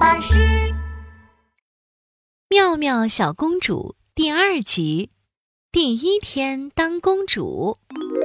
巴士。 妙妙小公主第2集，第1天当公主。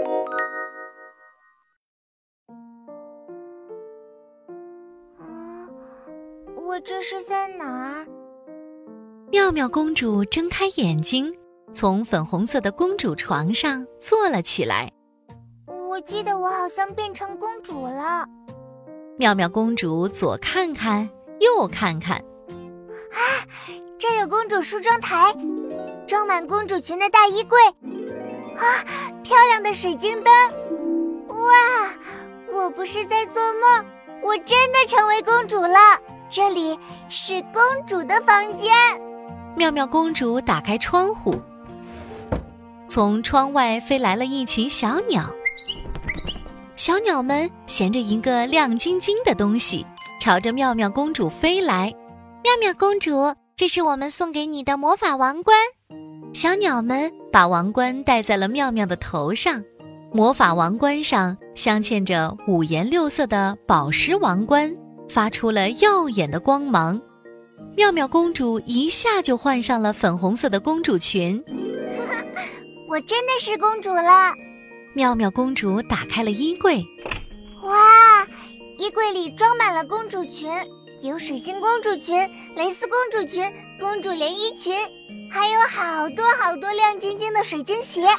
我这是在哪儿？ 妙妙公主睁开眼睛，从粉红色的公主床上坐了起来。 我记得我好像变成公主了。 妙妙公主左看看右看看， 这有公主梳妆台，装满公主裙的大衣柜，漂亮的水晶灯。哇，我不是在做梦，我真的成为公主了。这里是公主的房间。 妙妙公主打开窗户，从窗外飞来了一群小鸟。小鸟们衔着一个亮晶晶的东西，朝着妙妙公主飞来。 妙妙公主，这是我们送给你的魔法王冠。 小鸟们把王冠戴在了妙妙的头上，魔法王冠上镶嵌着5颜6色的宝石王冠，发出了耀眼的光芒。妙妙公主一下就换上了粉红色的公主裙。 我真的是公主了。 妙妙公主打开了衣柜， 哇，衣柜里装满了公主裙，有水晶公主裙、蕾丝公主裙、公主连衣裙，还有好多好多亮晶晶的水晶鞋。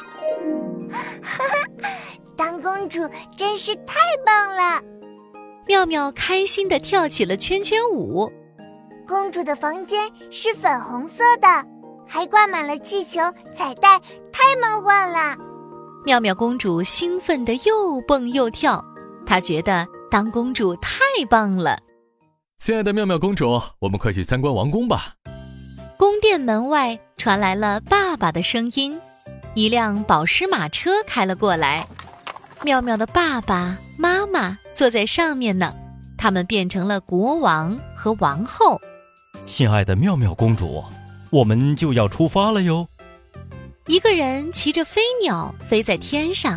当公主真是太棒了。 妙妙开心地跳起了圈圈舞。 公主的房间是粉红色的，还挂满了气球、彩带，太梦幻了。 妙妙公主兴奋地又蹦又跳，她觉得当公主太棒了。 亲爱的妙妙公主，我们快去参观王宫吧。 宫殿门外传来了爸爸的声音，一辆宝石马车开了过来。妙妙的爸爸妈妈坐在上面呢，他们变成了国王和王后。 亲爱的妙妙公主，我们就要出发了哟。 一个人骑着飞鸟飞在天上。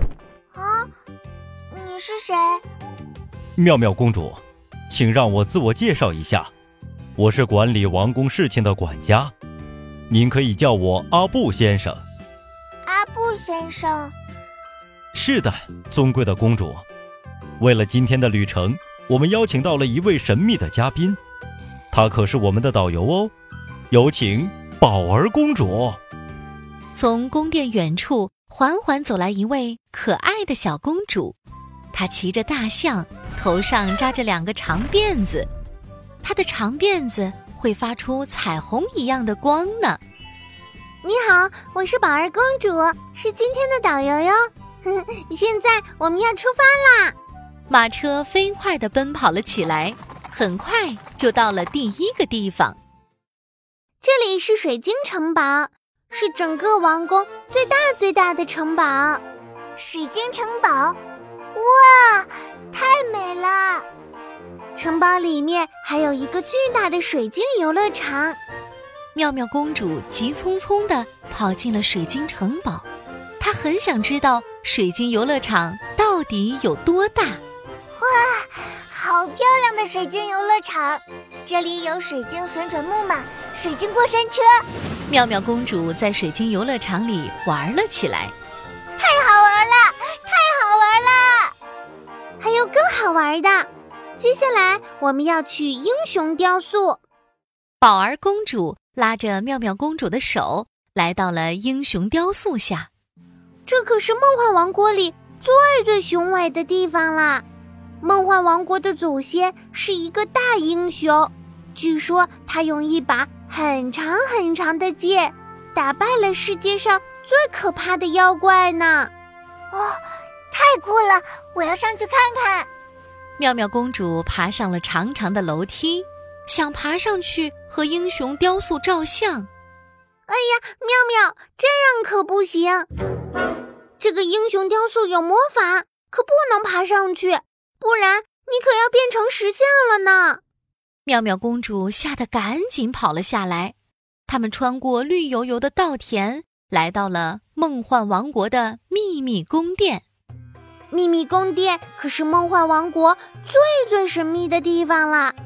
你是谁？ 妙妙公主，请让我自我介绍一下，我是管理王宫事情的管家，您可以叫我阿布先生。 阿布先生。 是的，尊贵的公主，为了今天的旅程，我们邀请到了一位神秘的嘉宾，她可是我们的导游哦。有请宝儿公主。 从宫殿远处缓缓走来一位可爱的小公主，她骑着大象，头上扎着2个长辫子，她的长辫子会发出彩虹一样的光呢。 你好，我是宝儿公主，是今天的导游哟。现在我们要出发啦！ 马车飞快地奔跑了起来，很快就到了第1个地方。 这里是水晶城堡，是整个王宫最大的城堡。水晶城堡，哇，太美了！城堡里面还有一个巨大的水晶游乐场。 妙妙公主急匆匆地跑进了水晶城堡，她很想知道水晶游乐场到底有多大。 哇，好漂亮的水晶游乐场！这里有水晶旋转木马、水晶过山车。 妙妙公主在水晶游乐场里玩了起来。 太好玩了，太好玩了！还有更好玩的，接下来我们要去英雄雕塑。 宝儿公主拉着妙妙公主的手，来到了英雄雕塑下。 这可是梦幻王国里最雄伟的地方啦！梦幻王国的祖先是一个大英雄，据说他用一把很长很长的剑打败了世界上最可怕的妖怪呢。太酷了，我要上去看看。 妙妙公主爬上了长长的楼梯，想爬上去和英雄雕塑照相。 哎呀，妙妙，这样可不行，这个英雄雕塑有魔法，可不能爬上去，不然你可要变成石像了呢。 妙妙公主吓得赶紧跑了下来。他们穿过绿油油的稻田，来到了梦幻王国的秘密宫殿。 秘密宫殿可是梦幻王国最神秘的地方了。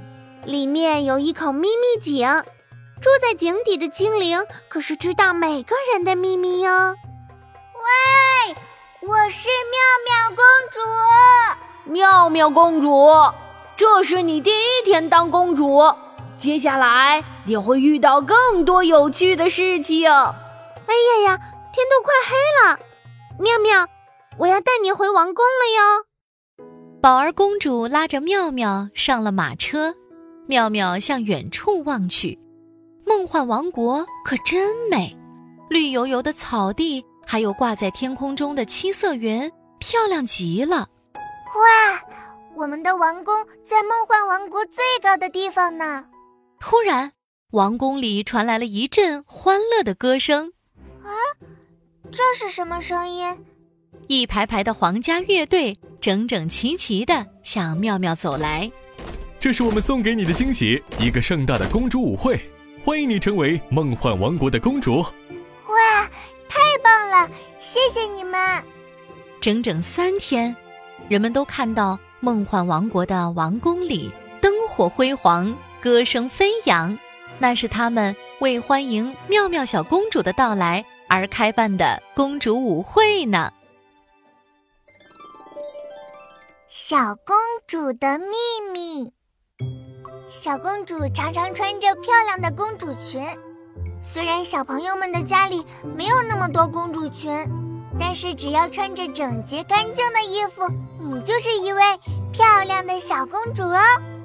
里面有一口秘密井，住在井底的精灵可是知道每个人的秘密哟。 喂，我是妙妙公主。 妙妙公主，这是你第一天当公主，接下来你会遇到更多有趣的事情。 哎呀呀，天都快黑了，妙妙，我要带你回王宫了哟。 宝儿公主拉着妙妙上了马车，妙妙向远处望去，梦幻王国可真美，绿油油的草地，还有挂在天空中的七色云，漂亮极了。 哇，我们的王宫在梦幻王国最高的地方呢。 突然，王宫里传来了一阵欢乐的歌声。 啊，这是什么声音？ 一排排的皇家乐队整整齐齐地向妙妙走来。 这是我们送给你的惊喜，一个盛大的公主舞会，欢迎你成为梦幻王国的公主。 哇，太棒了，谢谢你们。 整整3天，人们都看到梦幻王国的王宫里灯火辉煌，歌声飞扬，那是他们为欢迎妙妙小公主的到来而开办的公主舞会呢。 小公主的秘密。小公主常常穿着漂亮的公主裙，虽然小朋友们的家里没有那么多公主裙，但是只要穿着整洁干净的衣服，你就是一位漂亮的小公主哦。